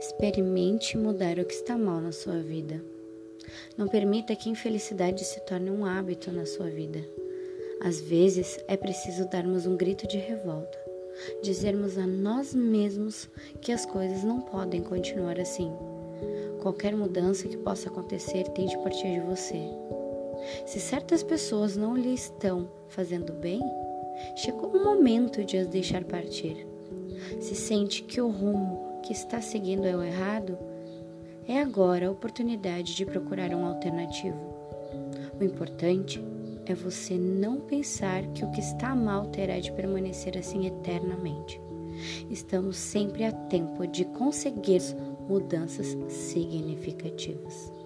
Experimente mudar o que está mal na sua vida. Não permita que a infelicidade se torne um hábito na sua vida. Às vezes é preciso darmos um grito de revolta, dizermos a nós mesmos que as coisas não podem continuar assim. Qualquer mudança que possa acontecer tem de partir de você. Se certas pessoas não lhe estão fazendo bem, chegou o momento de as deixar partir. Se sente que o rumo que está seguindo é o errado, é agora a oportunidade de procurar um alternativo. O importante é você não pensar que o que está mal terá de permanecer assim eternamente. Estamos sempre a tempo de conseguir mudanças significativas.